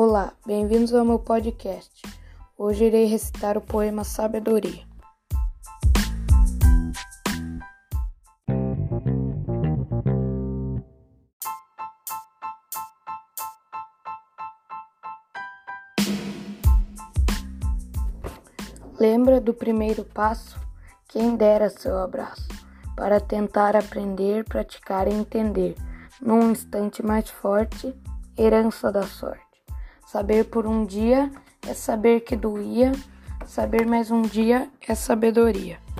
Olá, bem-vindos ao meu podcast. Hoje irei recitar o poema Sabedoria. Lembra do primeiro passo? Quem dera seu abraço, para tentar aprender, praticar e entender, num instante mais forte, herança da sorte. Saber por um dia é saber que doía, saber mais um dia é sabedoria.